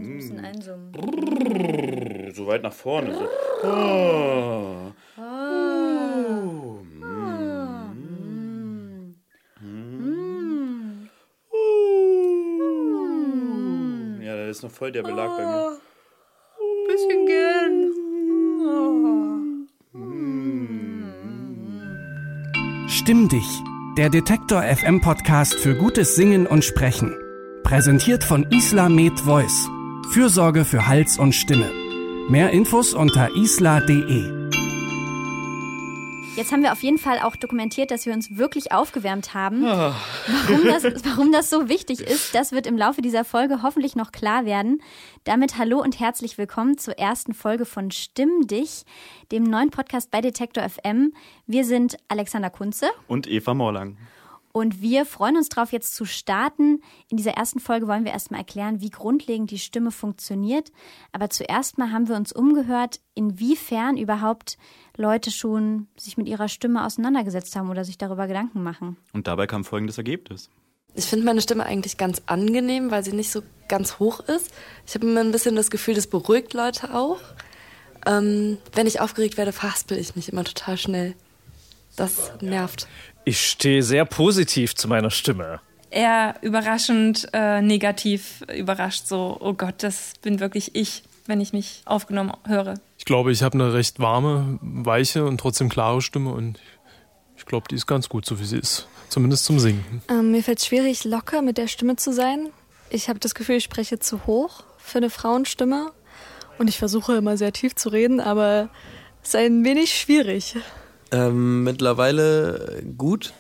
ein bisschen einsummen. So weit nach vorne. So. Oh. Ja, da ist noch voll der Belag bei mir. Bisschen gern. Stimm dich, der Detektor FM Podcast für gutes Singen und Sprechen. Präsentiert von Isla Med Voice. Fürsorge für Hals und Stimme. Mehr Infos unter isla.de. Jetzt haben wir auf jeden Fall auch dokumentiert, dass wir uns wirklich aufgewärmt haben. Warum das so wichtig ist, das wird im Laufe dieser Folge hoffentlich noch klar werden. Damit hallo und herzlich willkommen zur ersten Folge von Stimm dich, dem neuen Podcast bei Detektor FM. Wir sind Alexander Kunze und Eva Morlang. Und wir freuen uns darauf, jetzt zu starten. In dieser ersten Folge wollen wir erstmal erklären, wie grundlegend die Stimme funktioniert. Aber zuerst mal haben wir uns umgehört, inwiefern überhaupt Leute schon sich mit ihrer Stimme auseinandergesetzt haben oder sich darüber Gedanken machen. Und dabei kam folgendes Ergebnis. Ich finde meine Stimme eigentlich ganz angenehm, weil sie nicht so ganz hoch ist. Ich habe immer ein bisschen das Gefühl, das beruhigt Leute auch. Wenn ich aufgeregt werde, verhaspel ich mich immer total schnell. Das nervt. Ich stehe sehr positiv zu meiner Stimme. Eher überraschend, negativ überrascht. So, oh Gott, das bin wirklich ich, wenn ich mich aufgenommen höre. Ich glaube, ich habe eine recht warme, weiche und trotzdem klare Stimme. Und ich glaube, die ist ganz gut, so wie sie ist. Zumindest zum Singen. Mir fällt es schwierig, locker mit der Stimme zu sein. Ich habe das Gefühl, ich spreche zu hoch für eine Frauenstimme. Und ich versuche immer sehr tief zu reden, aber es ist ein wenig schwierig. Mittlerweile gut.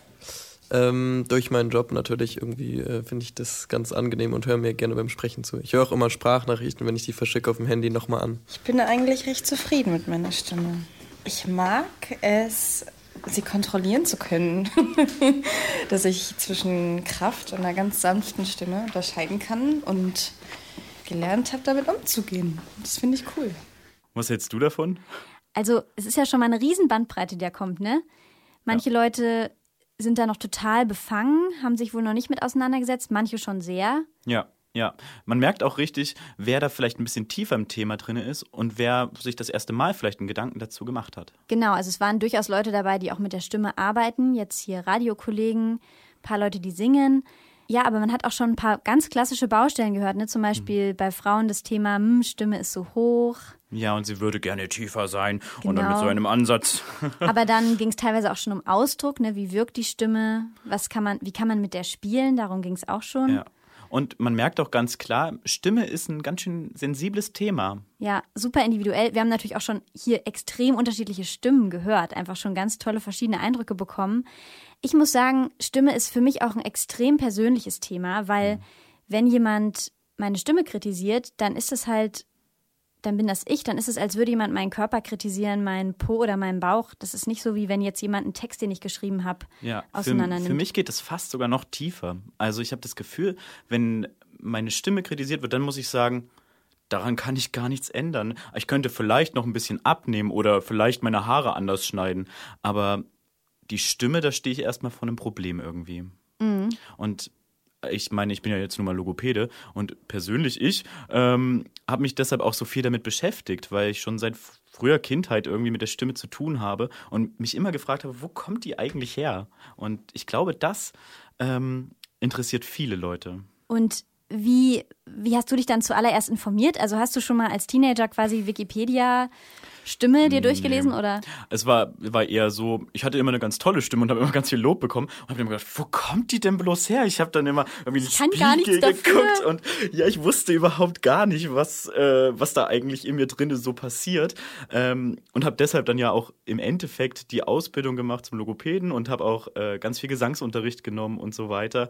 Durch meinen Job natürlich irgendwie finde ich das ganz angenehm und höre mir gerne beim Sprechen zu. Ich höre auch immer Sprachnachrichten, wenn ich die verschicke auf dem Handy, nochmal an. Ich bin eigentlich recht zufrieden mit meiner Stimme. Ich mag es, sie kontrollieren zu können. Dass ich zwischen Kraft und einer ganz sanften Stimme unterscheiden kann und gelernt habe, damit umzugehen. Das finde ich cool. Was hältst du davon? Also es ist ja schon mal eine Riesenbandbreite, die da kommt, ne? Manche Leute sind da noch total befangen, haben sich wohl noch nicht mit auseinandergesetzt, manche schon sehr. Ja. Man merkt auch richtig, wer da vielleicht ein bisschen tiefer im Thema drin ist und wer sich das erste Mal vielleicht einen Gedanken dazu gemacht hat. Genau, also es waren durchaus Leute dabei, die auch mit der Stimme arbeiten, jetzt hier Radiokollegen, ein paar Leute, die singen. Ja, aber man hat auch schon ein paar ganz klassische Baustellen gehört, ne? Zum Beispiel bei Frauen das Thema, Stimme ist so hoch. Ja, und sie würde gerne tiefer sein und Genau. dann mit so einem Ansatz. Aber dann ging es teilweise auch schon um Ausdruck, ne? Wie wirkt die Stimme, wie kann man mit der spielen, darum ging es auch schon. Ja. Und man merkt auch ganz klar, Stimme ist ein ganz schön sensibles Thema. Ja, super individuell. Wir haben natürlich auch schon hier extrem unterschiedliche Stimmen gehört, einfach schon ganz tolle verschiedene Eindrücke bekommen. Ich muss sagen, Stimme ist für mich auch ein extrem persönliches Thema, weil wenn jemand meine Stimme kritisiert, dann ist es halt, dann bin das ich, dann ist es, als würde jemand meinen Körper kritisieren, meinen Po oder meinen Bauch. Das ist nicht so, wie wenn jetzt jemand einen Text, den ich geschrieben habe, auseinander nimmt. Für mich geht es fast sogar noch tiefer. Also ich habe das Gefühl, wenn meine Stimme kritisiert wird, dann muss ich sagen, daran kann ich gar nichts ändern. Ich könnte vielleicht noch ein bisschen abnehmen oder vielleicht meine Haare anders schneiden, aber die Stimme, da stehe ich erstmal vor einem Problem irgendwie. Mhm. Und ich meine, ich bin ja jetzt nur mal Logopäde und persönlich habe mich deshalb auch so viel damit beschäftigt, weil ich schon seit früher Kindheit irgendwie mit der Stimme zu tun habe und mich immer gefragt habe, wo kommt die eigentlich her? Und ich glaube, das interessiert viele Leute. Und wie hast du dich dann zuallererst informiert? Also hast du schon mal als Teenager quasi Wikipedia-Stimme dir durchgelesen? Oder? Es war eher so, ich hatte immer eine ganz tolle Stimme und habe immer ganz viel Lob bekommen und habe mir gedacht, wo kommt die denn bloß her? Ich habe dann immer irgendwie ich kann gar nichts dafür. Geguckt und ja, ich wusste überhaupt gar nicht, was da eigentlich in mir drin so passiert und habe deshalb dann ja auch im Endeffekt die Ausbildung gemacht zum Logopäden und habe auch ganz viel Gesangsunterricht genommen und so weiter.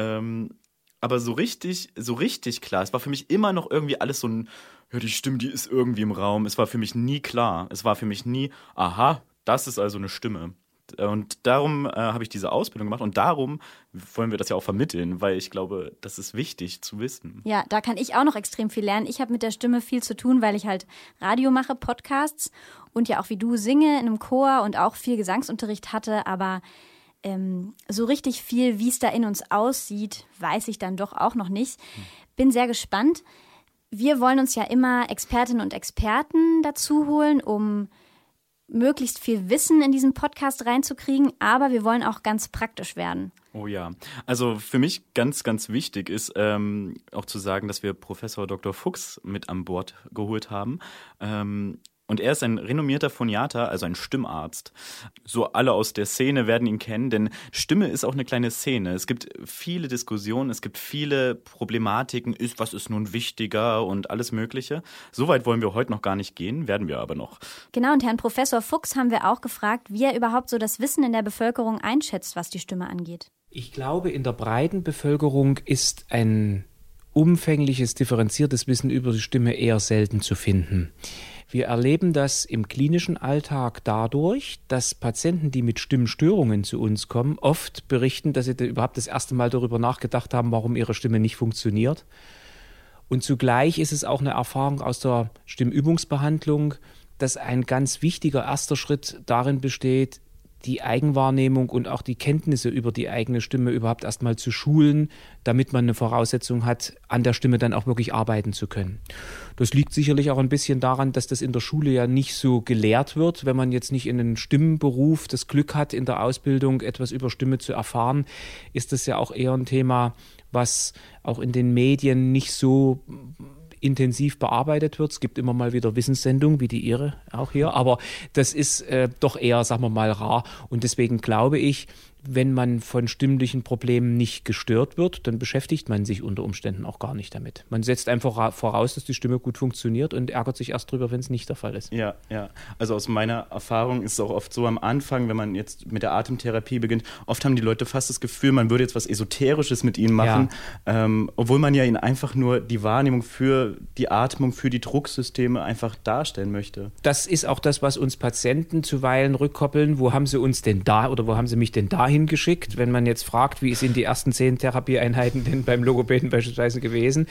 Aber so richtig klar, es war für mich immer noch irgendwie alles so ein, ja, die Stimme, die ist irgendwie im Raum. Es war für mich nie klar. Es war für mich nie, aha, das ist also eine Stimme. Und darum habe ich diese Ausbildung gemacht und darum wollen wir das ja auch vermitteln, weil ich glaube, das ist wichtig zu wissen. Ja, da kann ich auch noch extrem viel lernen. Ich habe mit der Stimme viel zu tun, weil ich halt Radio mache, Podcasts und ja auch wie du singe in einem Chor und auch viel Gesangsunterricht hatte, aber so richtig viel, wie es da in uns aussieht, weiß ich dann doch auch noch nicht. Bin sehr gespannt. wir wollen uns ja immer Expertinnen und Experten dazu holen, um möglichst viel Wissen in diesen Podcast reinzukriegen, aber wir wollen auch ganz praktisch werden. Oh ja, also für mich ganz, ganz wichtig ist auch zu sagen, dass wir Professor Dr. Fuchs mit an Bord geholt haben. Und er ist ein renommierter Phoniater, also ein Stimmarzt. So alle aus der Szene werden ihn kennen, denn Stimme ist auch eine kleine Szene. Es gibt viele Diskussionen, es gibt viele Problematiken, was ist nun wichtiger und alles Mögliche. Soweit wollen wir heute noch gar nicht gehen, werden wir aber noch. Genau, und Herrn Professor Fuchs haben wir auch gefragt, wie er überhaupt so das Wissen in der Bevölkerung einschätzt, was die Stimme angeht. Ich glaube, in der breiten Bevölkerung ist ein umfängliches, differenziertes Wissen über die Stimme eher selten zu finden. Wir erleben das im klinischen Alltag dadurch, dass Patienten, die mit Stimmstörungen zu uns kommen, oft berichten, dass sie überhaupt das erste Mal darüber nachgedacht haben, warum ihre Stimme nicht funktioniert. Und zugleich ist es auch eine Erfahrung aus der Stimmübungsbehandlung, dass ein ganz wichtiger erster Schritt darin besteht, die Eigenwahrnehmung und auch die Kenntnisse über die eigene Stimme überhaupt erstmal zu schulen, damit man eine Voraussetzung hat, an der Stimme dann auch wirklich arbeiten zu können. Das liegt sicherlich auch ein bisschen daran, dass das in der Schule ja nicht so gelehrt wird. Wenn man jetzt nicht in einem Stimmenberuf das Glück hat, in der Ausbildung etwas über Stimme zu erfahren, ist das ja auch eher ein Thema, was auch in den Medien nicht so intensiv bearbeitet wird. Es gibt immer mal wieder Wissenssendungen, wie die Ihre auch hier, aber das ist doch eher, sagen wir mal, rar. Und deswegen glaube ich, wenn man von stimmlichen Problemen nicht gestört wird, dann beschäftigt man sich unter Umständen auch gar nicht damit. Man setzt einfach voraus, dass die Stimme gut funktioniert und ärgert sich erst drüber, wenn es nicht der Fall ist. Ja. Also aus meiner Erfahrung ist es auch oft so am Anfang, wenn man jetzt mit der Atemtherapie beginnt, oft haben die Leute fast das Gefühl, man würde jetzt was Esoterisches mit ihnen machen, obwohl man ja ihnen einfach nur die Wahrnehmung für die Atmung, für die Drucksysteme einfach darstellen möchte. Das ist auch das, was uns Patienten zuweilen rückkoppeln. Wo haben sie uns denn da oder wo haben sie mich denn dahin geschickt, wenn man jetzt fragt, wie sind die ersten 10 Therapieeinheiten denn beim Logopäden beispielsweise gewesen.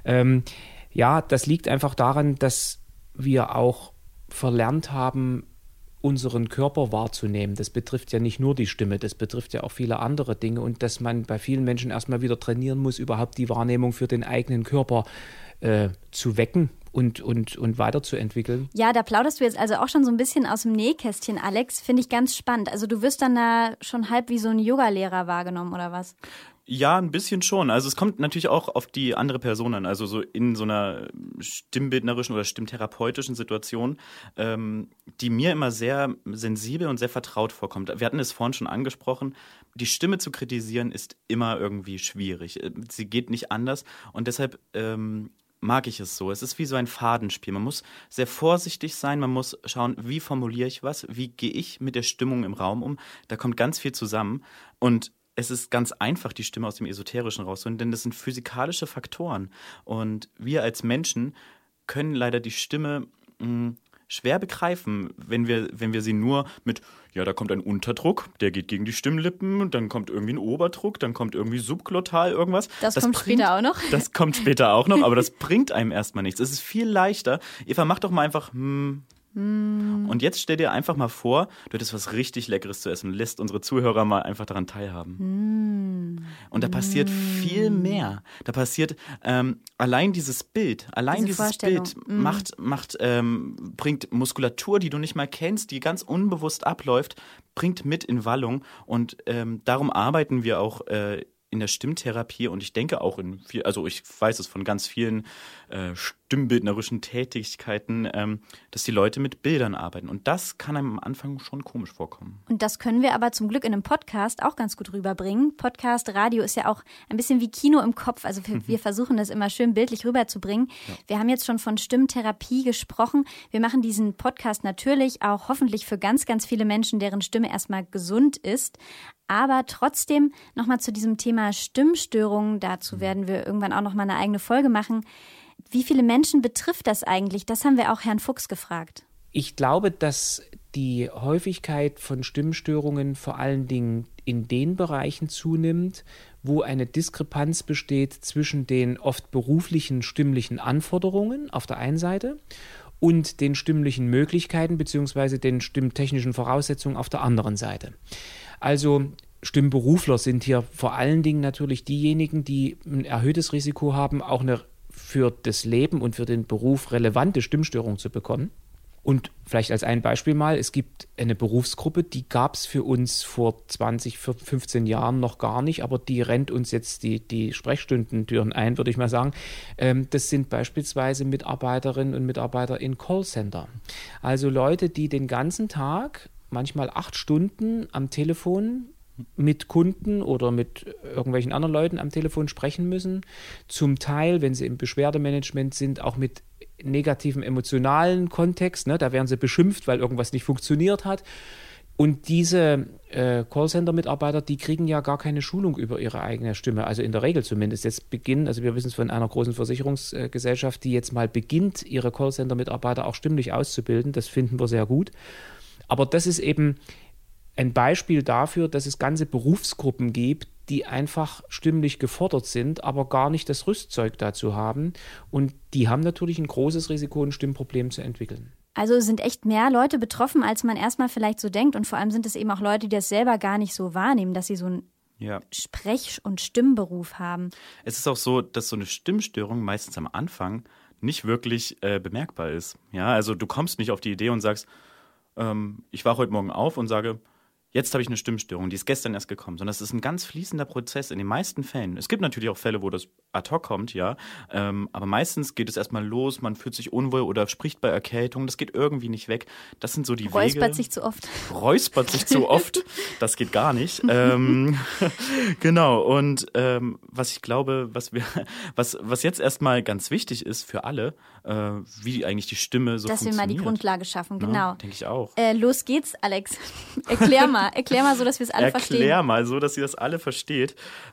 Das liegt einfach daran, dass wir auch verlernt haben, unseren Körper wahrzunehmen. Das betrifft ja nicht nur die Stimme, das betrifft ja auch viele andere Dinge und dass man bei vielen Menschen erstmal wieder trainieren muss, überhaupt die Wahrnehmung für den eigenen Körper zu wecken und weiterzuentwickeln. Ja, da plauderst du jetzt also auch schon so ein bisschen aus dem Nähkästchen, Alex. Finde ich ganz spannend. Also du wirst dann da schon halb wie so ein Yogalehrer wahrgenommen, oder was? Ja, ein bisschen schon. Also es kommt natürlich auch auf die andere Person an. Also so in so einer stimmbildnerischen oder stimmtherapeutischen Situation, die mir immer sehr sensibel und sehr vertraut vorkommt. Wir hatten es vorhin schon angesprochen. Die Stimme zu kritisieren ist immer irgendwie schwierig. Sie geht nicht anders und deshalb mag ich es so. Es ist wie so ein Fadenspiel. Man muss sehr vorsichtig sein, man muss schauen, wie formuliere ich was, wie gehe ich mit der Stimmung im Raum um. Da kommt ganz viel zusammen und es ist ganz einfach, die Stimme aus dem Esoterischen rauszuholen, denn das sind physikalische Faktoren. Und wir als Menschen können leider die Stimme schwer begreifen, wenn wir sie nur mit, ja, da kommt ein Unterdruck, der geht gegen die Stimmlippen, und dann kommt irgendwie ein Oberdruck, dann kommt irgendwie subglottal irgendwas. Das kommt später auch noch. Das kommt später auch noch, aber das bringt einem erstmal nichts. Es ist viel leichter. Eva, mach doch mal einfach Und jetzt stell dir einfach mal vor, du hättest was richtig Leckeres zu essen und lässt unsere Zuhörer mal einfach daran teilhaben. Und da passiert viel mehr. Da passiert allein dieses Bild, bringt Muskulatur, die du nicht mal kennst, die ganz unbewusst abläuft, bringt mit in Wallung. Und darum arbeiten wir auch in der Stimmtherapie und ich denke auch ich weiß es von ganz vielen stimmbildnerischen Tätigkeiten, dass die Leute mit Bildern arbeiten. Und das kann einem am Anfang schon komisch vorkommen. Und das können wir aber zum Glück in einem Podcast auch ganz gut rüberbringen. Podcast, Radio ist ja auch ein bisschen wie Kino im Kopf. Also wir versuchen das immer schön bildlich rüberzubringen. Ja. Wir haben jetzt schon von Stimmtherapie gesprochen. Wir machen diesen Podcast natürlich auch hoffentlich für ganz, ganz viele Menschen, deren Stimme erstmal gesund ist. Aber trotzdem nochmal zu diesem Thema Stimmstörungen. Dazu werden wir irgendwann auch nochmal eine eigene Folge machen. Wie viele Menschen betrifft das eigentlich? Das haben wir auch Herrn Fuchs gefragt. Ich glaube, dass die Häufigkeit von Stimmstörungen vor allen Dingen in den Bereichen zunimmt, wo eine Diskrepanz besteht zwischen den oft beruflichen stimmlichen Anforderungen auf der einen Seite und den stimmlichen Möglichkeiten bzw. den stimmtechnischen Voraussetzungen auf der anderen Seite. Also Stimmberufler sind hier vor allen Dingen natürlich diejenigen, die ein erhöhtes Risiko haben, auch eine für das Leben und für den Beruf relevante Stimmstörungen zu bekommen. Und vielleicht als ein Beispiel mal, es gibt eine Berufsgruppe, die gab es für uns vor 20, 15 Jahren noch gar nicht, aber die rennt uns jetzt die Sprechstundentüren ein, würde ich mal sagen. Das sind beispielsweise Mitarbeiterinnen und Mitarbeiter in Callcenter. Also Leute, die den ganzen Tag, manchmal 8 Stunden am Telefon mit Kunden oder mit irgendwelchen anderen Leuten am Telefon sprechen müssen. Zum Teil, wenn sie im Beschwerdemanagement sind, auch mit negativen emotionalen Kontext. Ne? Da werden sie beschimpft, weil irgendwas nicht funktioniert hat. Und diese Callcenter-Mitarbeiter, die kriegen ja gar keine Schulung über ihre eigene Stimme, also in der Regel zumindest. Jetzt beginnen, also wir wissen es von einer großen Versicherungsgesellschaft, die jetzt mal beginnt, ihre Callcenter-Mitarbeiter auch stimmlich auszubilden. Das finden wir sehr gut. Aber das ist eben ein Beispiel dafür, dass es ganze Berufsgruppen gibt, die einfach stimmlich gefordert sind, aber gar nicht das Rüstzeug dazu haben. Und die haben natürlich ein großes Risiko, ein Stimmproblem zu entwickeln. Also sind echt mehr Leute betroffen, als man erstmal vielleicht so denkt. Und vor allem sind es eben auch Leute, die das selber gar nicht so wahrnehmen, dass sie so einen Sprech- und Stimmberuf haben. Es ist auch so, dass so eine Stimmstörung meistens am Anfang nicht wirklich bemerkbar ist. Ja, also du kommst nicht auf die Idee und sagst, ich wache heute Morgen auf und sage, jetzt habe ich eine Stimmstörung, die ist gestern erst gekommen. Sondern es ist ein ganz fließender Prozess in den meisten Fällen. Es gibt natürlich auch Fälle, wo das ad hoc kommt, ja. Aber meistens geht es erstmal los, man fühlt sich unwohl oder spricht bei Erkältung. Das geht irgendwie nicht weg. Das sind so die Wege. Räuspert sich zu oft. Das geht gar nicht. Genau. Und was ich glaube, was jetzt erstmal ganz wichtig ist für alle, wie eigentlich die Stimme so funktioniert. Dass wir mal die Grundlage schaffen, genau. Ja, denke ich auch. Los geht's, Alex. Erklär mal so, dass wir es alle verstehen. Erklär mal so, dass ihr das alle versteht.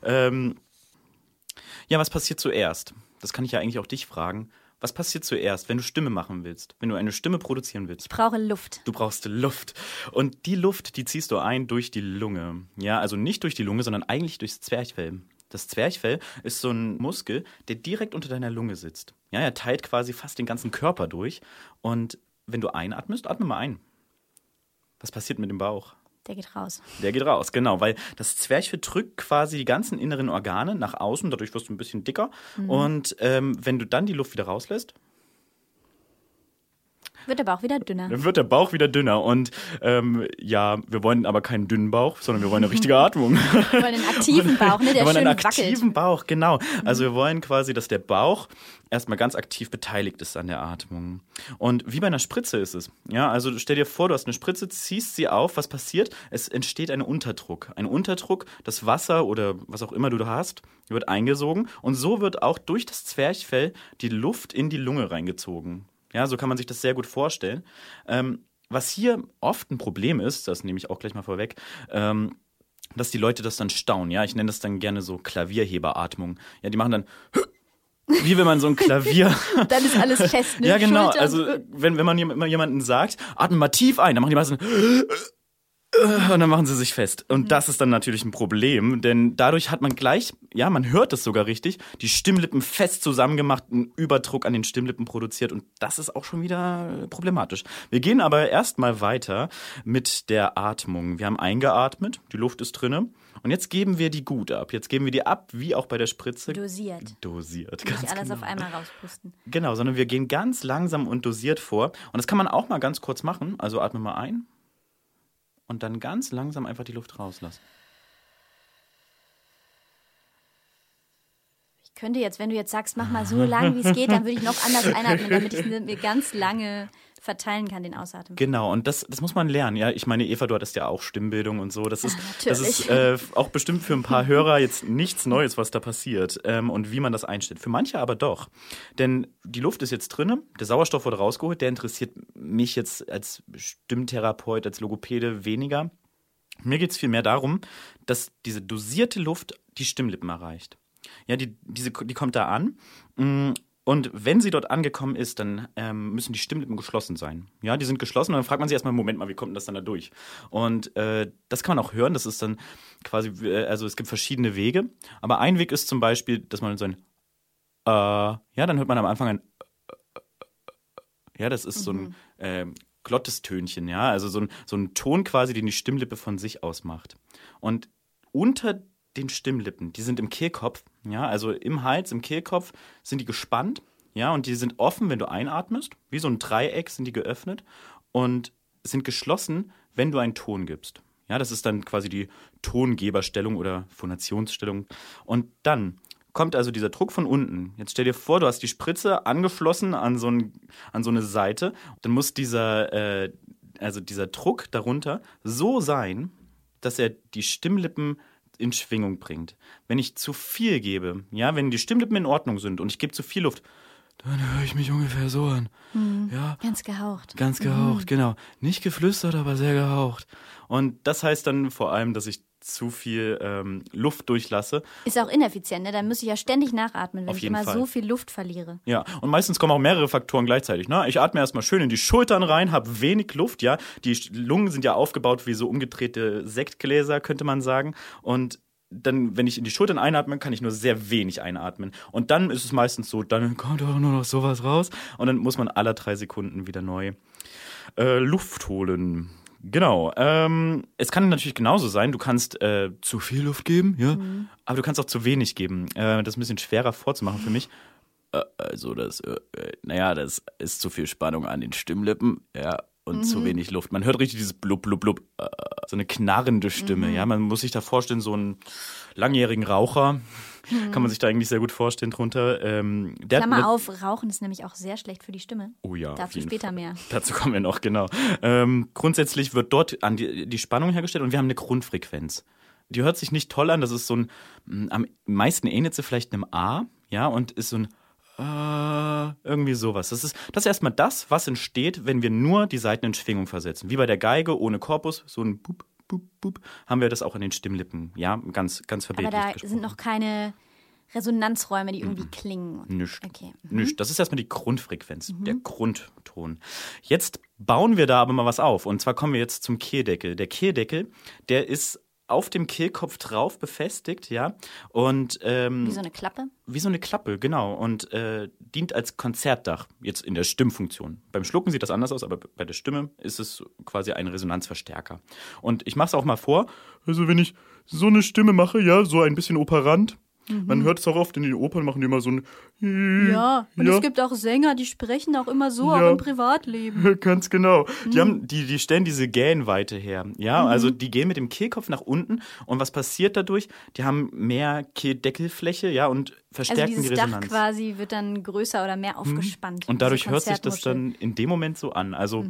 Ja, was passiert zuerst? Das kann ich ja eigentlich auch dich fragen. Was passiert zuerst, wenn du Stimme machen willst? Wenn du eine Stimme produzieren willst? Ich brauche Luft. Du brauchst Luft. Und die Luft, die ziehst du ein durch die Lunge. Ja, also nicht durch die Lunge, sondern eigentlich durchs Zwerchfell. Das Zwerchfell ist so ein Muskel, der direkt unter deiner Lunge sitzt. Ja, er teilt quasi fast den ganzen Körper durch. Und wenn du einatmest, atme mal ein. Was passiert mit dem Bauch? Der geht raus. Der geht raus, genau, weil das Zwerchfell drückt quasi die ganzen inneren Organe nach außen, dadurch wirst du ein bisschen dicker. Und wenn du dann die Luft wieder rauslässt, wird der Bauch wieder dünner. Dann wird der Bauch wieder dünner. Und wir wollen aber keinen dünnen Bauch, sondern wir wollen eine richtige Atmung. Wir wollen einen aktiven Bauch, ne, der schön wackelt. Wir wollen einen aktiven Bauch, genau. Also wir wollen quasi, dass der Bauch erstmal ganz aktiv beteiligt ist an der Atmung. Und wie bei einer Spritze ist es. Ja, also stell dir vor, du hast eine Spritze, ziehst sie auf, was passiert? Es entsteht ein Unterdruck. Ein Unterdruck, das Wasser oder was auch immer du hast, wird eingesogen. Und so wird auch durch das Zwerchfell die Luft in die Lunge reingezogen. Ja, so kann man sich das sehr gut vorstellen. Was hier oft ein Problem ist, das nehme ich auch gleich mal vorweg, dass die Leute das dann staunen. Ja, ich nenne das dann gerne so Klavierheberatmung. Ja, die machen dann wie wenn man so ein Klavier... Dann ist alles fest, ne? Ja, genau. Schulter. Also wenn man jemanden sagt, atme mal tief ein, dann machen die meisten... Und dann machen sie sich fest. Und das ist dann natürlich ein Problem, denn dadurch hat man gleich, ja, man hört es sogar richtig, die Stimmlippen fest zusammengemacht, einen Überdruck an den Stimmlippen produziert und das ist auch schon wieder problematisch. Wir gehen aber erstmal weiter mit der Atmung. Wir haben eingeatmet, die Luft ist drinne und jetzt geben wir die gut ab. Jetzt geben wir die ab, wie auch bei der Spritze. Dosiert, ganz nicht alles genau. Auf einmal rauspusten. Genau, sondern wir gehen ganz langsam und dosiert vor und das kann man auch mal ganz kurz machen. Also atme mal ein. Und dann ganz langsam einfach die Luft rauslassen. Ich könnte jetzt, wenn du jetzt sagst, mach mal so lang, wie es geht, dann würde ich noch anders einatmen, damit ich mir ganz lange verteilen kann, den Ausatmen. Genau, und das muss man lernen. Ja, ich meine, Eva, du hattest ja auch Stimmbildung und so. Das ist auch bestimmt für ein paar Hörer jetzt nichts Neues, was da passiert und wie man das einstellt. Für manche aber doch. Denn die Luft ist jetzt drin, der Sauerstoff wurde rausgeholt, der interessiert mich jetzt als Stimmtherapeut, als Logopäde weniger. Mir geht es vielmehr darum, dass diese dosierte Luft die Stimmlippen erreicht. Ja, die kommt da an. Und wenn sie dort angekommen ist, dann müssen die Stimmlippen geschlossen sein. Ja, die sind geschlossen und dann fragt man sich erstmal, Moment mal, wie kommt denn das dann da durch? Und das kann man auch hören, das ist dann quasi, also es gibt verschiedene Wege. Aber ein Weg ist zum Beispiel, dass man so ein ja, dann hört man am Anfang ein ja, das ist so ein Glottistönchen, ja, also so ein Ton quasi, den die Stimmlippe von sich aus macht. Und unter den Stimmlippen. Die sind im Kehlkopf, ja, also im Hals, im Kehlkopf sind die gespannt, ja, und die sind offen, wenn du einatmest. Wie so ein Dreieck sind die geöffnet und sind geschlossen, wenn du einen Ton gibst. Ja, das ist dann quasi die Tongeberstellung oder Phonationsstellung. Und dann kommt also dieser Druck von unten. Jetzt stell dir vor, du hast die Spritze angeschlossen an so eine Seite. Dann muss dieser Druck darunter so sein, dass er die Stimmlippen in Schwingung bringt. Wenn ich zu viel gebe, ja, wenn die Stimmlippen in Ordnung sind und ich gebe zu viel Luft, dann höre ich mich ungefähr so an. Ja, ganz gehaucht. Ganz gehaucht, genau. Nicht geflüstert, aber sehr gehaucht. Und das heißt dann vor allem, dass ich zu viel Luft durchlasse. Ist auch ineffizient, ne? Dann muss ich ja ständig nachatmen, wenn ich immer so viel Luft verliere. Ja, und meistens kommen auch mehrere Faktoren gleichzeitig. Ne? Ich atme erstmal schön in die Schultern rein, habe wenig Luft. Ja, die Lungen sind ja aufgebaut wie so umgedrehte Sektgläser, könnte man sagen. Und dann, wenn ich in die Schultern einatme, kann ich nur sehr wenig einatmen. Und dann ist es meistens so, dann kommt auch nur noch sowas raus. Und dann muss man alle 3 Sekunden wieder neu Luft holen. Genau. Es kann natürlich genauso sein, du kannst zu viel Luft geben, ja, aber du kannst auch zu wenig geben. Das ist ein bisschen schwerer vorzumachen für mich. Das ist zu viel Spannung an den Stimmlippen, ja, und zu wenig Luft. Man hört richtig dieses blub, blub, blub, so eine knarrende Stimme, ja. Man muss sich da vorstellen, so einen langjährigen Raucher, kann man sich da eigentlich sehr gut vorstellen drunter. Klammer auf, Rauchen ist nämlich auch sehr schlecht für die Stimme. Oh ja. Dazu später mehr. Dazu kommen wir noch, genau. Grundsätzlich wird dort an die Spannung hergestellt und wir haben eine Grundfrequenz. Die hört sich nicht toll an, das ist so ein, am meisten ähnelt sie vielleicht einem A, ja, und ist so ein irgendwie sowas. Das ist erstmal das, was entsteht, wenn wir nur die Saiten in Schwingung versetzen. Wie bei der Geige ohne Korpus, so ein Bup, Bup, Bup, haben wir das auch an den Stimmlippen. Ja, ganz, ganz verbildlich gesprochen. Aber da gesprochen. sind noch keine Resonanzräume, die irgendwie klingen. Nicht. Okay. Nicht. Das ist erstmal die Grundfrequenz, der Grundton. Jetzt bauen wir da aber mal was auf. Und zwar kommen wir jetzt zum Kehldeckel. Der Kehldeckel, der ist auf dem Kehlkopf drauf befestigt, ja. Und wie so eine Klappe? Wie so eine Klappe, genau. Und dient als Konzertdach, jetzt in der Stimmfunktion. Beim Schlucken sieht das anders aus, aber bei der Stimme ist es quasi ein Resonanzverstärker. Und ich mache es auch mal vor. Also wenn ich so eine Stimme mache, ja, so ein bisschen operant. Man hört es auch oft in den Opern, machen die immer so ein Ja, und es gibt auch Sänger, die sprechen auch immer so, auch im Privatleben. Ganz genau. Die stellen diese Gähnweite her. Ja, also die gehen mit dem Kehlkopf nach unten und was passiert dadurch? Die haben mehr Kehldeckelfläche, ja, und verstärken die Resonanz. Also dieses Dach quasi wird dann größer oder mehr aufgespannt. Und dadurch hört sich das dann in dem Moment so an. Also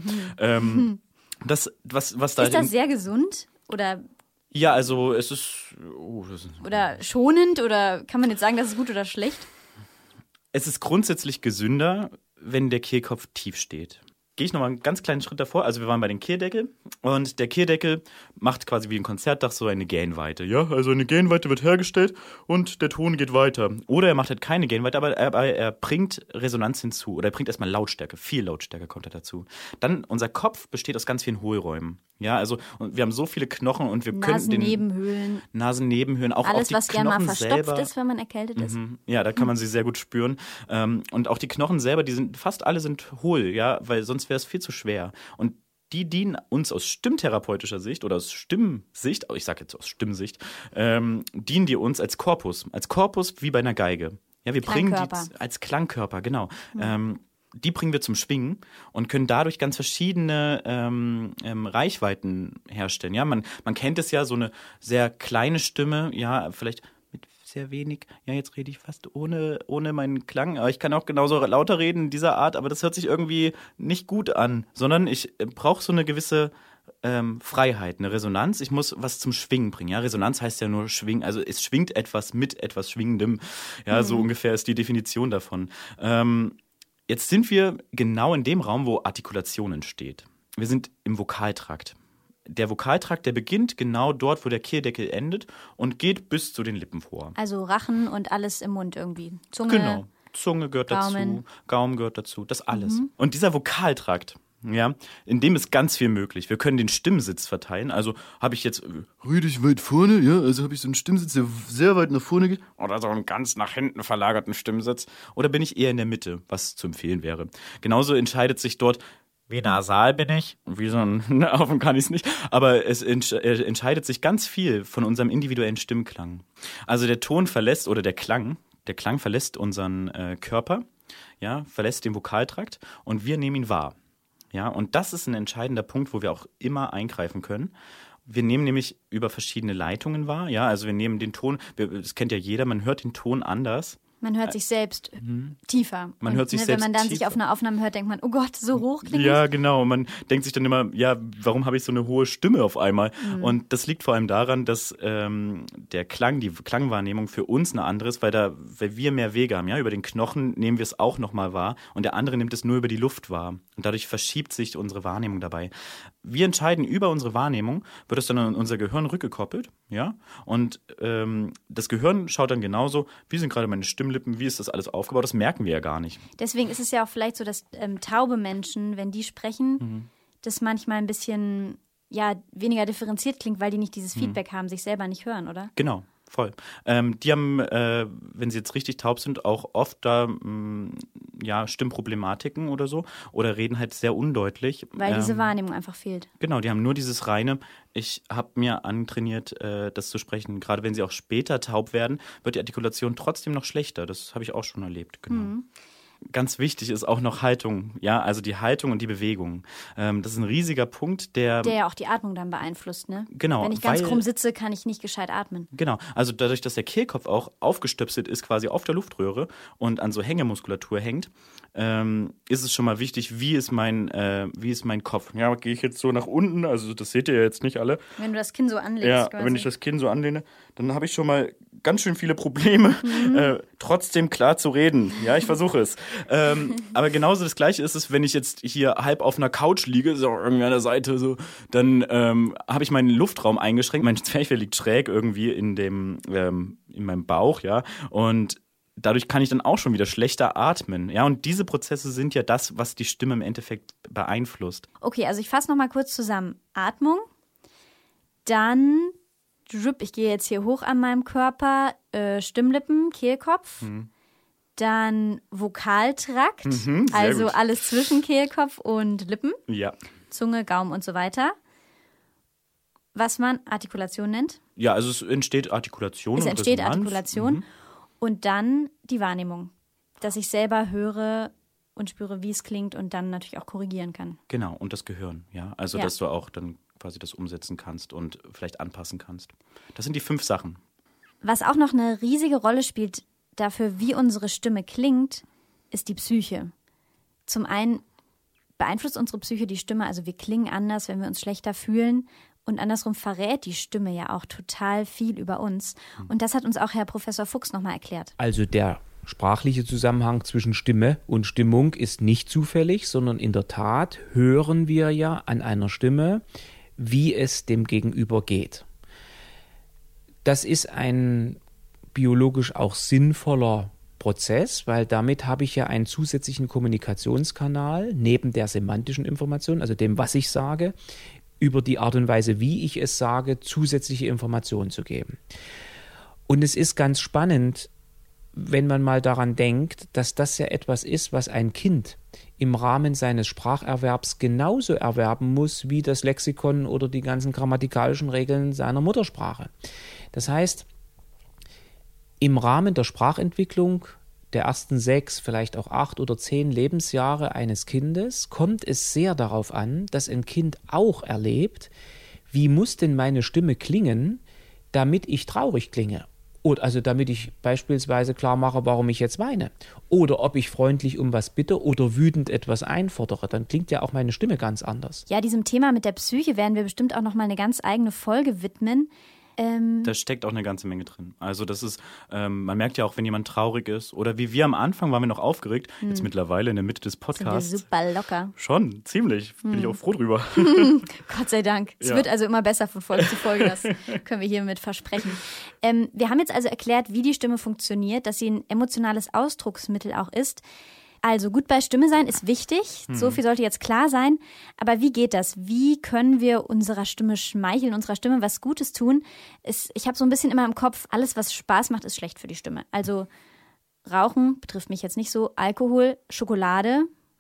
das, was da... Ist das sehr gesund oder... Ja, also es ist... oder schonend oder kann man jetzt sagen, das ist gut oder schlecht? Es ist grundsätzlich gesünder, wenn der Kehlkopf tief steht. Gehe ich nochmal einen ganz kleinen Schritt davor. Also wir waren bei den Kehldeckel und der Kehldeckel macht quasi wie ein Konzertdach so eine Gainweite. Ja, also eine Gainweite wird hergestellt und der Ton geht weiter. Oder er macht halt keine Gainweite, aber er bringt Resonanz hinzu. Oder er bringt erstmal Lautstärke. Viel Lautstärke kommt da dazu. Dann unser Kopf besteht aus ganz vielen Hohlräumen. Ja, also und wir haben so viele Knochen und wir können den... Nasennebenhöhlen. Auch alles, die was gerne mal verstopft selber, ist, wenn man erkältet ist. Ja, da kann man sie sehr gut spüren. Und auch die Knochen selber, fast alle sind hohl, ja, weil sonst wäre es viel zu schwer. Und die dienen uns aus stimmtherapeutischer Sicht oder aus Stimmsicht, ich sage jetzt aus Stimmsicht, dienen die uns als Korpus. Als Korpus wie bei einer Geige. Ja, wir bringen die als Klangkörper, genau. Die bringen wir zum Schwingen und können dadurch ganz verschiedene Reichweiten herstellen. Ja, man kennt es ja, so eine sehr kleine Stimme, ja, vielleicht mit sehr wenig, ja, jetzt rede ich fast ohne meinen Klang, aber ich kann auch genauso lauter reden in dieser Art, aber das hört sich irgendwie nicht gut an, sondern ich brauche so eine gewisse Freiheit, eine Resonanz. Ich muss was zum Schwingen bringen. Ja, Resonanz heißt ja nur schwingen, also es schwingt etwas mit etwas Schwingendem. Ja, so ungefähr ist die Definition davon. Jetzt sind wir genau in dem Raum, wo Artikulation entsteht. Wir sind im Vokaltrakt. Der Vokaltrakt, der beginnt genau dort, wo der Kehldeckel endet und geht bis zu den Lippen vor. Also Rachen und alles im Mund irgendwie. Zunge, genau. Zunge gehört dazu, Gaumen gehört dazu, das alles. Und dieser Vokaltrakt, ja, in dem ist ganz viel möglich. Wir können den Stimmsitz verteilen. Also habe ich jetzt, rede ich weit vorne, ja, also habe ich so einen Stimmsitz, der sehr weit nach vorne geht. Oder so einen ganz nach hinten verlagerten Stimmsitz. Oder bin ich eher in der Mitte, was zu empfehlen wäre. Genauso entscheidet sich dort, Wie nasal bin ich? Wie so ein Affen kann ich es nicht. Aber es entscheidet sich ganz viel von unserem individuellen Stimmklang. Also der Ton verlässt, oder der Klang verlässt unseren Körper, ja, verlässt den Vokaltrakt und wir nehmen ihn wahr. Ja, und das ist ein entscheidender Punkt, wo wir auch immer eingreifen können. Wir nehmen nämlich über verschiedene Leitungen wahr. Ja, also wir nehmen den Ton, das kennt ja jeder, man hört den Ton anders. Man hört sich selbst tiefer. Man hört sich selbst wenn man dann tiefer. sich auf einer Aufnahme hört, denkt man, oh Gott, so hoch klingt es. Ja, genau. Man denkt sich dann immer, ja, warum habe ich so eine hohe Stimme auf einmal? Und das liegt vor allem daran, dass der Klang, die Klangwahrnehmung für uns eine andere ist, weil wir mehr Wege haben. Ja, über den Knochen nehmen wir es auch nochmal wahr und der andere nimmt es nur über die Luft wahr. Und dadurch verschiebt sich unsere Wahrnehmung dabei. Wir entscheiden über unsere Wahrnehmung, wird es dann an unser Gehirn rückgekoppelt, ja, und das Gehirn schaut dann genauso, wie sind gerade meine Stimmlippen, wie ist das alles aufgebaut, das merken wir ja gar nicht. Deswegen ist es ja auch vielleicht so, dass taube Menschen, wenn die sprechen, das manchmal ein bisschen weniger differenziert klingt, weil die nicht dieses Feedback haben, sich selber nicht hören, oder? Genau. Voll. Die haben, wenn sie jetzt richtig taub sind, auch oft da Stimmproblematiken oder so oder reden halt sehr undeutlich. Weil diese Wahrnehmung einfach fehlt. Genau, die haben nur dieses reine, ich habe mir antrainiert, das zu sprechen. Gerade wenn sie auch später taub werden, wird die Artikulation trotzdem noch schlechter. Das habe ich auch schon erlebt, genau. Ganz wichtig ist auch noch Haltung, ja, also die Haltung und die Bewegung. Das ist ein riesiger Punkt, der ja auch die Atmung dann beeinflusst, ne? Genau. Wenn ich ganz krumm sitze, kann ich nicht gescheit atmen. Genau, also dadurch, dass der Kehlkopf auch aufgestöpselt ist, quasi auf der Luftröhre und an so Hängemuskulatur hängt, ist es schon mal wichtig, wie ist mein Kopf? Ja, gehe ich jetzt so nach unten, also das seht ihr ja jetzt nicht alle. Wenn du das Kinn so anlegst. Ja, quasi. wenn ich das Kinn so anlehne, dann habe ich schon mal ganz schön viele Probleme, trotzdem klar zu reden. Ja, ich versuche es. Aber genauso das Gleiche ist es, wenn ich jetzt hier halb auf einer Couch liege, so irgendwie an der Seite, so, dann habe ich meinen Luftraum eingeschränkt. Mein Zwerchfell liegt schräg irgendwie in meinem Bauch, ja, und dadurch kann ich dann auch schon wieder schlechter atmen. Ja, und diese Prozesse sind ja das, was die Stimme im Endeffekt beeinflusst. Okay, also ich fasse nochmal kurz zusammen. Atmung, dann, ich gehe jetzt hier hoch an meinem Körper, Stimmlippen, Kehlkopf, dann Vokaltrakt, also gut. Alles zwischen Kehlkopf und Lippen, Zunge, Gaumen und so weiter. Was man Artikulation nennt. Ja, also es entsteht Artikulation. Es entsteht Artikulation. Und dann die Wahrnehmung, dass ich selber höre und spüre, wie es klingt und dann natürlich auch korrigieren kann. Genau, und das Gehirn, ja. Also, dass du auch dann quasi das umsetzen kannst und vielleicht anpassen kannst. Das sind die 5 Sachen. Was auch noch eine riesige Rolle spielt dafür, wie unsere Stimme klingt, ist die Psyche. Zum einen beeinflusst unsere Psyche die Stimme, also wir klingen anders, wenn wir uns schlechter fühlen. Und andersrum verrät die Stimme ja auch total viel über uns. Und das hat uns auch Herr Professor Fuchs nochmal erklärt. Also der sprachliche Zusammenhang zwischen Stimme und Stimmung ist nicht zufällig, sondern in der Tat hören wir ja an einer Stimme, wie es dem Gegenüber geht. Das ist ein biologisch auch sinnvoller Prozess, weil damit habe ich ja einen zusätzlichen Kommunikationskanal neben der semantischen Information, also dem, was ich sage, über die Art und Weise, wie ich es sage, zusätzliche Informationen zu geben. Und es ist ganz spannend, wenn man mal daran denkt, dass das ja etwas ist, was ein Kind im Rahmen seines Spracherwerbs genauso erwerben muss, wie das Lexikon oder die ganzen grammatikalischen Regeln seiner Muttersprache. Das heißt, im Rahmen der Sprachentwicklung der ersten 6, vielleicht auch 8 oder 10 Lebensjahre eines Kindes kommt es sehr darauf an, dass ein Kind auch erlebt, wie muss denn meine Stimme klingen, damit ich traurig klinge. Oder also damit ich beispielsweise klar mache, warum ich jetzt weine. Oder ob ich freundlich um was bitte oder wütend etwas einfordere. Dann klingt ja auch meine Stimme ganz anders. Ja, diesem Thema mit der Psyche werden wir bestimmt auch noch mal eine ganz eigene Folge widmen. Da steckt auch eine ganze Menge drin. Also das ist, man merkt ja auch, wenn jemand traurig ist oder wie wir am Anfang waren wir noch aufgeregt, jetzt mittlerweile in der Mitte des Podcasts. Sind wir super locker. Schon, ziemlich. Bin ich auch froh drüber. Gott sei Dank. Es wird also immer besser von Folge zu Folge, das können wir hiermit versprechen. Wir haben jetzt also erklärt, wie die Stimme funktioniert, dass sie ein emotionales Ausdrucksmittel auch ist. Also gut bei Stimme sein ist wichtig, so viel sollte jetzt klar sein. Aber wie geht das? Wie können wir unserer Stimme schmeicheln, unserer Stimme was Gutes tun? Ich habe so ein bisschen immer im Kopf, alles, was Spaß macht, ist schlecht für die Stimme. Also Rauchen betrifft mich jetzt nicht so, Alkohol, Schokolade,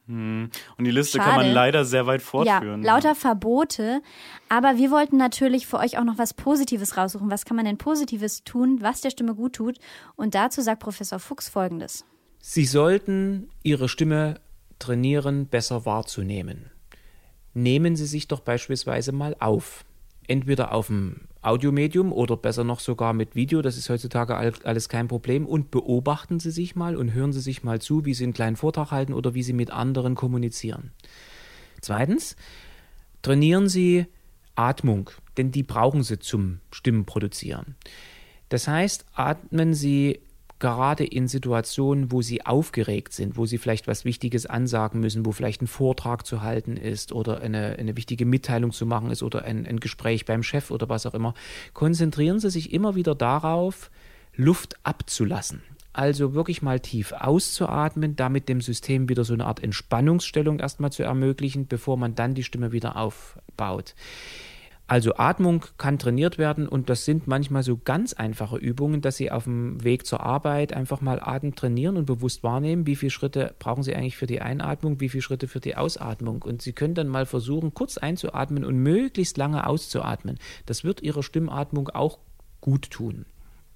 Und die Liste Schade. kann man leider sehr weit fortführen. Ja, lauter Verbote. Aber wir wollten natürlich für euch auch noch was Positives raussuchen. Was kann man denn Positives tun, was der Stimme gut tut? Und dazu sagt Professor Fuchs Folgendes. Sie sollten Ihre Stimme trainieren, besser wahrzunehmen. Nehmen Sie sich doch beispielsweise mal auf. Entweder auf dem Audiomedium oder besser noch sogar mit Video, das ist heutzutage alles kein Problem, und beobachten Sie sich mal und hören Sie sich mal zu, wie Sie einen kleinen Vortrag halten oder wie Sie mit anderen kommunizieren. Zweitens, trainieren Sie Atmung, denn die brauchen Sie zum Stimmenproduzieren. Das heißt, atmen Sie gerade in Situationen, wo Sie aufgeregt sind, wo Sie vielleicht was Wichtiges ansagen müssen, wo vielleicht ein Vortrag zu halten ist oder eine wichtige Mitteilung zu machen ist oder ein Gespräch beim Chef oder was auch immer, konzentrieren Sie sich immer wieder darauf, Luft abzulassen. Also wirklich mal tief auszuatmen, damit dem System wieder so eine Art Entspannungsstellung erstmal zu ermöglichen, bevor man dann die Stimme wieder aufbaut. Also Atmung kann trainiert werden und das sind manchmal so ganz einfache Übungen, dass Sie auf dem Weg zur Arbeit einfach mal Atem trainieren und bewusst wahrnehmen, wie viele Schritte brauchen Sie eigentlich für die Einatmung, wie viele Schritte für die Ausatmung. Und Sie können dann mal versuchen, kurz einzuatmen und möglichst lange auszuatmen. Das wird Ihrer Stimmatmung auch gut tun.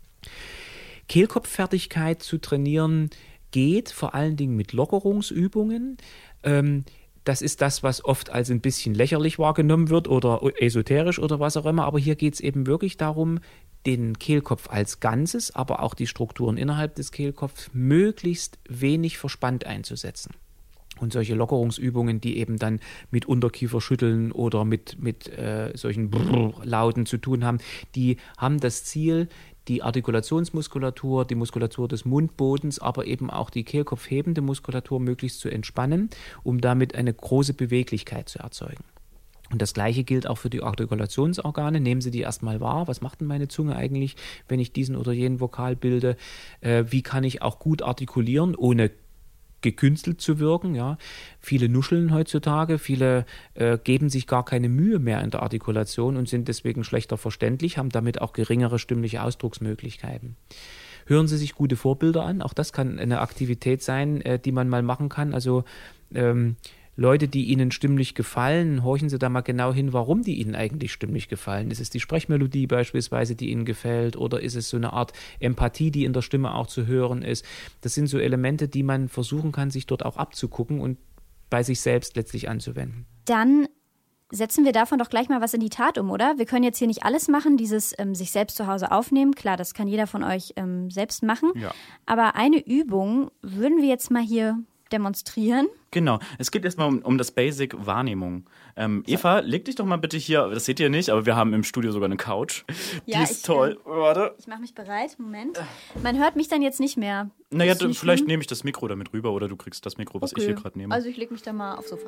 Kehlkopffertigkeit zu trainieren geht vor allen Dingen mit Lockerungsübungen. Das ist das, was oft als ein bisschen lächerlich wahrgenommen wird oder esoterisch oder was auch immer. Aber hier geht es eben wirklich darum, den Kehlkopf als Ganzes, aber auch die Strukturen innerhalb des Kehlkopfs möglichst wenig verspannt einzusetzen. Und solche Lockerungsübungen, die eben dann mit Unterkieferschütteln oder mit solchen Brrr-Lauten zu tun haben, die haben das Ziel, die Artikulationsmuskulatur, die Muskulatur des Mundbodens, aber eben auch die kehlkopfhebende Muskulatur möglichst zu entspannen, um damit eine große Beweglichkeit zu erzeugen. Und das Gleiche gilt auch für die Artikulationsorgane. Nehmen Sie die erstmal wahr. Was macht denn meine Zunge eigentlich, wenn ich diesen oder jenen Vokal bilde? Wie kann ich auch gut artikulieren, ohne gekünstelt zu wirken, ja. Viele nuscheln heutzutage, viele geben sich gar keine Mühe mehr in der Artikulation und sind deswegen schlechter verständlich, haben damit auch geringere stimmliche Ausdrucksmöglichkeiten. Hören Sie sich gute Vorbilder an, auch das kann eine Aktivität sein, die man mal machen kann, also Leute, die Ihnen stimmlich gefallen, horchen Sie da mal genau hin, warum die Ihnen eigentlich stimmlich gefallen. Ist es die Sprechmelodie beispielsweise, die Ihnen gefällt, oder ist es so eine Art Empathie, die in der Stimme auch zu hören ist? Das sind so Elemente, die man versuchen kann, sich dort auch abzugucken und bei sich selbst letztlich anzuwenden. Dann setzen wir davon doch gleich mal was in die Tat um, oder? Wir können jetzt hier nicht alles machen, dieses sich selbst zu Hause aufnehmen. Klar, das kann jeder von euch selbst machen. Ja. Aber eine Übung würden wir jetzt mal hier demonstrieren. Genau, es geht erstmal um das Basic Wahrnehmung. Eva, leg dich doch mal bitte hier, das seht ihr nicht, aber wir haben im Studio sogar eine Couch. Ja, die ist toll. Warte. Ich mache mich bereit, Moment. Man hört mich dann jetzt nicht mehr. Naja, vielleicht nehme ich das Mikro damit rüber oder du kriegst das Mikro, was ich hier gerade nehme. Also ich lege mich da mal aufs Sofa.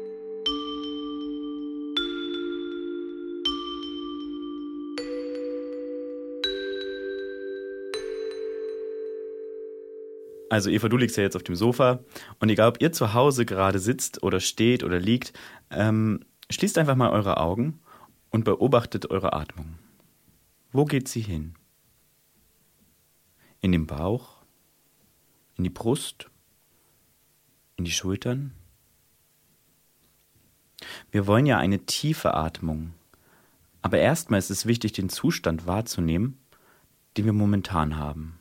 Also Eva, du liegst ja jetzt auf dem Sofa und egal, ob ihr zu Hause gerade sitzt oder steht oder liegt, schließt einfach mal eure Augen und beobachtet eure Atmung. Wo geht sie hin? In den Bauch? In die Brust? In die Schultern? Wir wollen ja eine tiefe Atmung, aber erstmal ist es wichtig, den Zustand wahrzunehmen, den wir momentan haben.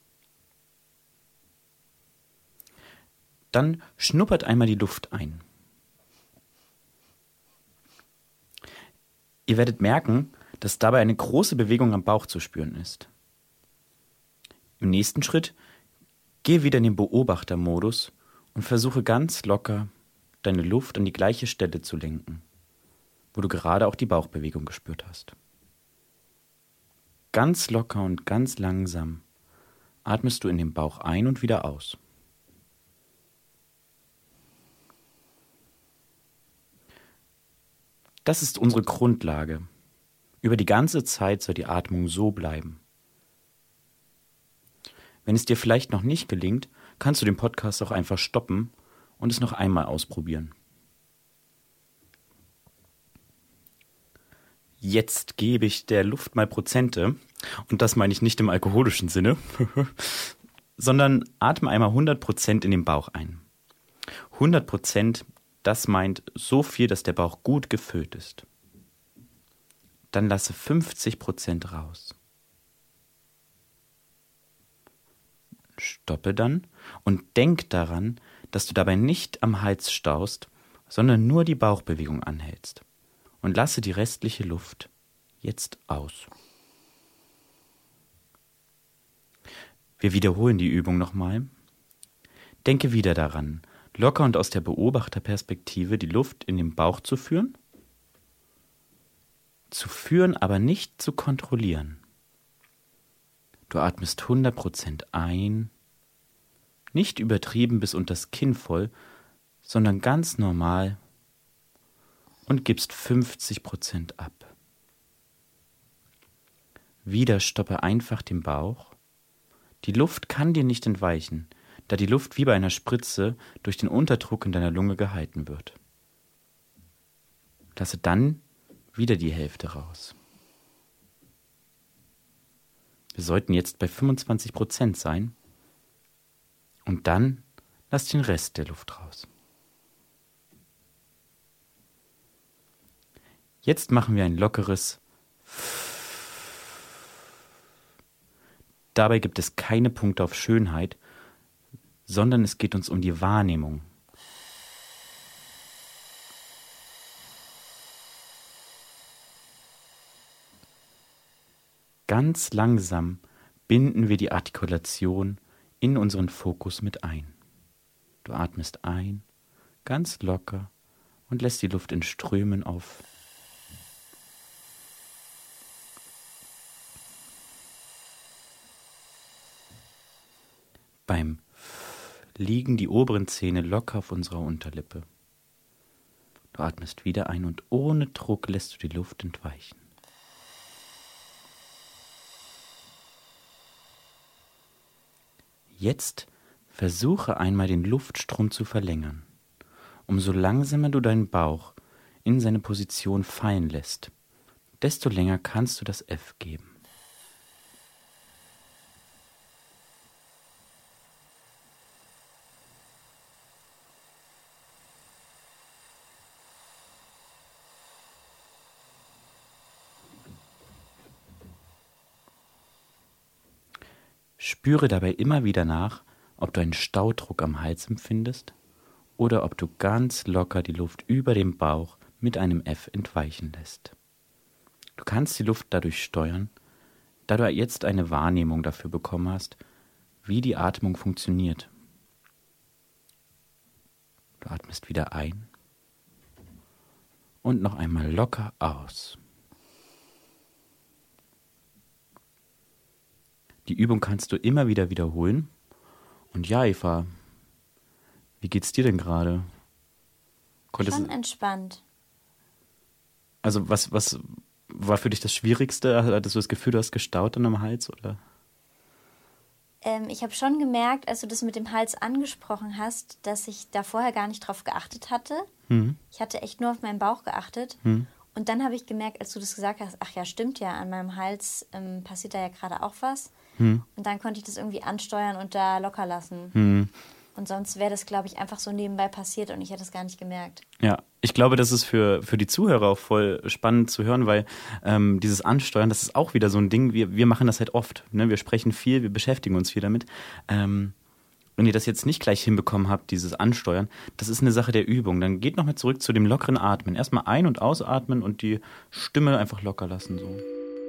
Dann schnuppert einmal die Luft ein. Ihr werdet merken, dass dabei eine große Bewegung am Bauch zu spüren ist. Im nächsten Schritt gehe wieder in den Beobachtermodus und versuche ganz locker, deine Luft an die gleiche Stelle zu lenken, wo du gerade auch die Bauchbewegung gespürt hast. Ganz locker und ganz langsam atmest du in den Bauch ein und wieder aus. Das ist unsere Grundlage. Über die ganze Zeit soll die Atmung so bleiben. Wenn es dir vielleicht noch nicht gelingt, kannst du den Podcast auch einfach stoppen und es noch einmal ausprobieren. Jetzt gebe ich der Luft mal Prozente, und das meine ich nicht im alkoholischen Sinne, sondern atme einmal 100% in den Bauch ein. 100%, das meint so viel, dass der Bauch gut gefüllt ist. Dann lasse 50% raus. Stoppe dann und denk daran, dass du dabei nicht am Hals staust, sondern nur die Bauchbewegung anhältst. Und lasse die restliche Luft jetzt aus. Wir wiederholen die Übung nochmal. Denke wieder daran, locker und aus der Beobachterperspektive die Luft in den Bauch zu führen, aber nicht zu kontrollieren. Du atmest 100% ein, nicht übertrieben bis unters Kinn voll, sondern ganz normal und gibst 50% ab. Wieder stoppe einfach den Bauch. Die Luft kann dir nicht entweichen, da die Luft wie bei einer Spritze durch den Unterdruck in deiner Lunge gehalten wird. Lasse dann wieder die Hälfte raus. Wir sollten jetzt bei 25% sein und dann lass den Rest der Luft raus. Jetzt machen wir ein lockeres Dabei gibt es keine Punkte auf Schönheit, sondern es geht uns um die Wahrnehmung. Ganz langsam binden wir die Artikulation in unseren Fokus mit ein. Du atmest ein, ganz locker und lässt die Luft in Strömen auf. Beim liegen die oberen Zähne locker auf unserer Unterlippe. Du atmest wieder ein und ohne Druck lässt du die Luft entweichen. Jetzt versuche einmal den Luftstrom zu verlängern. Umso langsamer du deinen Bauch in seine Position fallen lässt, desto länger kannst du das F geben. Spüre dabei immer wieder nach, ob du einen Staudruck am Hals empfindest oder ob du ganz locker die Luft über dem Bauch mit einem F entweichen lässt. Du kannst die Luft dadurch steuern, da du jetzt eine Wahrnehmung dafür bekommen hast, wie die Atmung funktioniert. Du atmest wieder ein und noch einmal locker aus. Die Übung kannst du immer wieder wiederholen. Und ja, Eva, wie geht's dir denn gerade? Schon entspannt. Also was war für dich das Schwierigste? Hattest du das Gefühl, du hast gestaut dann am Hals, oder? Ich habe schon gemerkt, als du das mit dem Hals angesprochen hast, dass ich da vorher gar nicht drauf geachtet hatte. Ich hatte echt nur auf meinen Bauch geachtet. Und dann habe ich gemerkt, als du das gesagt hast, ach ja, stimmt ja, an meinem Hals passiert da ja gerade auch was. Und dann konnte ich das irgendwie ansteuern und da locker lassen. Und sonst wäre das, glaube ich, einfach so nebenbei passiert und ich hätte es gar nicht gemerkt. Ja, ich glaube, das ist für die Zuhörer auch voll spannend zu hören, weil dieses Ansteuern, das ist auch wieder so ein Ding, wir machen das halt oft. Ne? Wir sprechen viel, wir beschäftigen uns viel damit. Wenn ihr das jetzt nicht gleich hinbekommen habt, dieses Ansteuern, das ist eine Sache der Übung. Dann geht nochmal zurück zu dem lockeren Atmen. Erstmal ein- und ausatmen und die Stimme einfach locker lassen. So.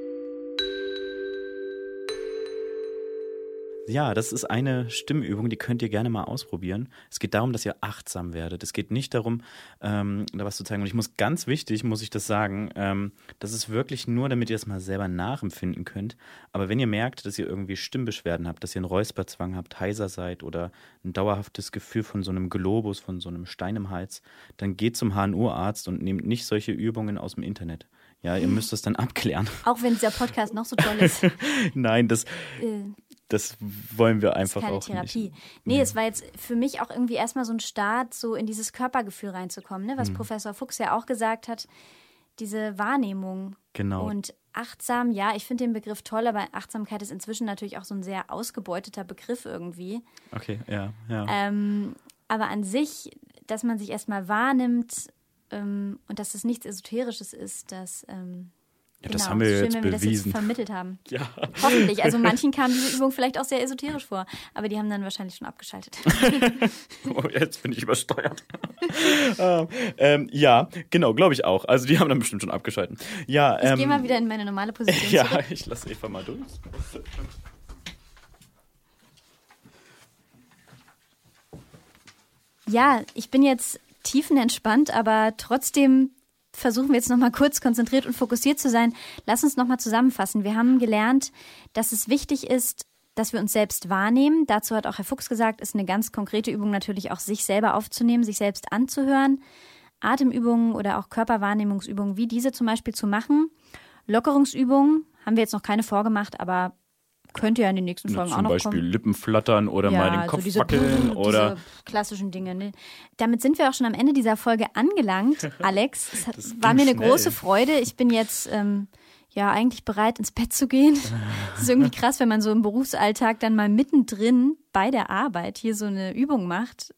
Ja, das ist eine Stimmübung, die könnt ihr gerne mal ausprobieren. Es geht darum, dass ihr achtsam werdet. Es geht nicht darum, da was zu zeigen. Und muss ich das sagen, das ist wirklich nur, damit ihr es mal selber nachempfinden könnt. Aber wenn ihr merkt, dass ihr irgendwie Stimmbeschwerden habt, dass ihr einen Räusperzwang habt, heiser seid oder ein dauerhaftes Gefühl von so einem Globus, von so einem Stein im Hals, dann geht zum HNO-Arzt und nehmt nicht solche Übungen aus dem Internet. Ja, ihr müsst es dann abklären. Auch wenn dieser Podcast noch so toll ist. Nein, das wollen wir einfach auch nicht. Das ist keine Therapie. Nee, es war jetzt für mich auch irgendwie erstmal so ein Start, so in dieses Körpergefühl reinzukommen, ne? Was Professor Fuchs ja auch gesagt hat, diese Wahrnehmung. Genau. Und achtsam, ja, ich finde den Begriff toll, aber Achtsamkeit ist inzwischen natürlich auch so ein sehr ausgebeuteter Begriff irgendwie. Okay, ja. Aber an sich, dass man sich erstmal wahrnimmt und dass es nichts Esoterisches ist, das das haben wir schön, jetzt wenn wir das bewiesen. jetzt vermittelt haben. Ja. Hoffentlich. Also manchen kam diese Übung vielleicht auch sehr esoterisch vor, aber die haben dann wahrscheinlich schon abgeschaltet. Oh, jetzt bin ich übersteuert. Ja, genau, glaube ich auch. Also die haben dann bestimmt schon abgeschaltet. Ja, ich gehe mal wieder in meine normale Position zurück. Ja, ich lasse Eva mal durch. Ja, ich bin jetzt tiefenentspannt, aber trotzdem versuchen wir jetzt nochmal kurz konzentriert und fokussiert zu sein. Lass uns nochmal zusammenfassen. Wir haben gelernt, dass es wichtig ist, dass wir uns selbst wahrnehmen. Dazu hat auch Herr Fuchs gesagt, ist eine ganz konkrete Übung natürlich auch, sich selber aufzunehmen, sich selbst anzuhören. Atemübungen oder auch Körperwahrnehmungsübungen wie diese zum Beispiel zu machen. Lockerungsübungen haben wir jetzt noch keine vorgemacht, aber könnte ja in den nächsten Folgen auch noch kommen. Zum Beispiel Lippen flattern oder mal den Kopf wackeln oder diese klassischen Dinge. Ne? Damit sind wir auch schon am Ende dieser Folge angelangt. Alex, es war mir eine große Freude. Ich bin jetzt eigentlich bereit, ins Bett zu gehen. Es ist irgendwie krass, wenn man so im Berufsalltag dann mal mittendrin bei der Arbeit hier so eine Übung macht.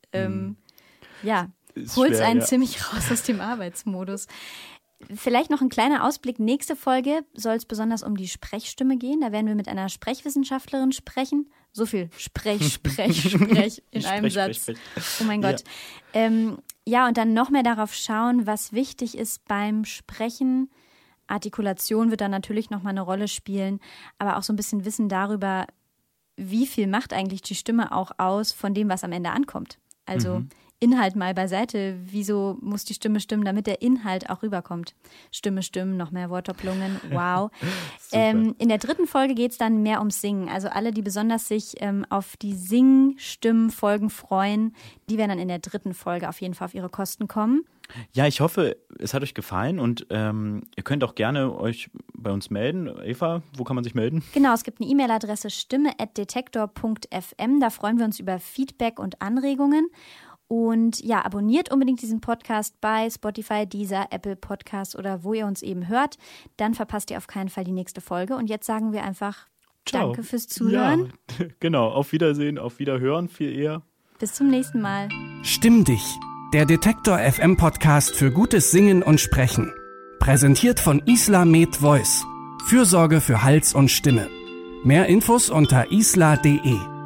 Holt es einen ziemlich raus aus dem Arbeitsmodus. Vielleicht noch ein kleiner Ausblick. Nächste Folge soll es besonders um die Sprechstimme gehen. Da werden wir mit einer Sprechwissenschaftlerin sprechen. So viel Sprech in einem Satz. Oh mein Gott. Ja. Und dann noch mehr darauf schauen, was wichtig ist beim Sprechen. Artikulation wird dann natürlich nochmal eine Rolle spielen, aber auch so ein bisschen Wissen darüber, wie viel macht eigentlich die Stimme auch aus von dem, was am Ende ankommt. Also Inhalt mal beiseite. Wieso muss die Stimme stimmen, damit der Inhalt auch rüberkommt? Stimme stimmen, noch mehr Wortdopplungen. Wow. In der 3. Folge geht es dann mehr ums Singen. Also alle, die besonders sich auf die Singstimmenfolgen freuen, die werden dann in der 3. Folge auf jeden Fall auf ihre Kosten kommen. Ja, ich hoffe, es hat euch gefallen und ihr könnt auch gerne euch bei uns melden. Eva, wo kann man sich melden? Genau, es gibt eine E-Mail-Adresse stimme@detektor.fm. Da freuen wir uns über Feedback und Anregungen. Und ja, abonniert unbedingt diesen Podcast bei Spotify, Deezer, Apple Podcasts oder wo ihr uns eben hört. Dann verpasst ihr auf keinen Fall die nächste Folge. Und jetzt sagen wir einfach Ciao. Danke fürs Zuhören. Ja, genau, auf Wiedersehen, auf Wiederhören viel eher. Bis zum nächsten Mal. Stimm dich, der Detektor FM Podcast für gutes Singen und Sprechen. Präsentiert von Isla Med Voice. Fürsorge für Hals und Stimme. Mehr Infos unter isla.de.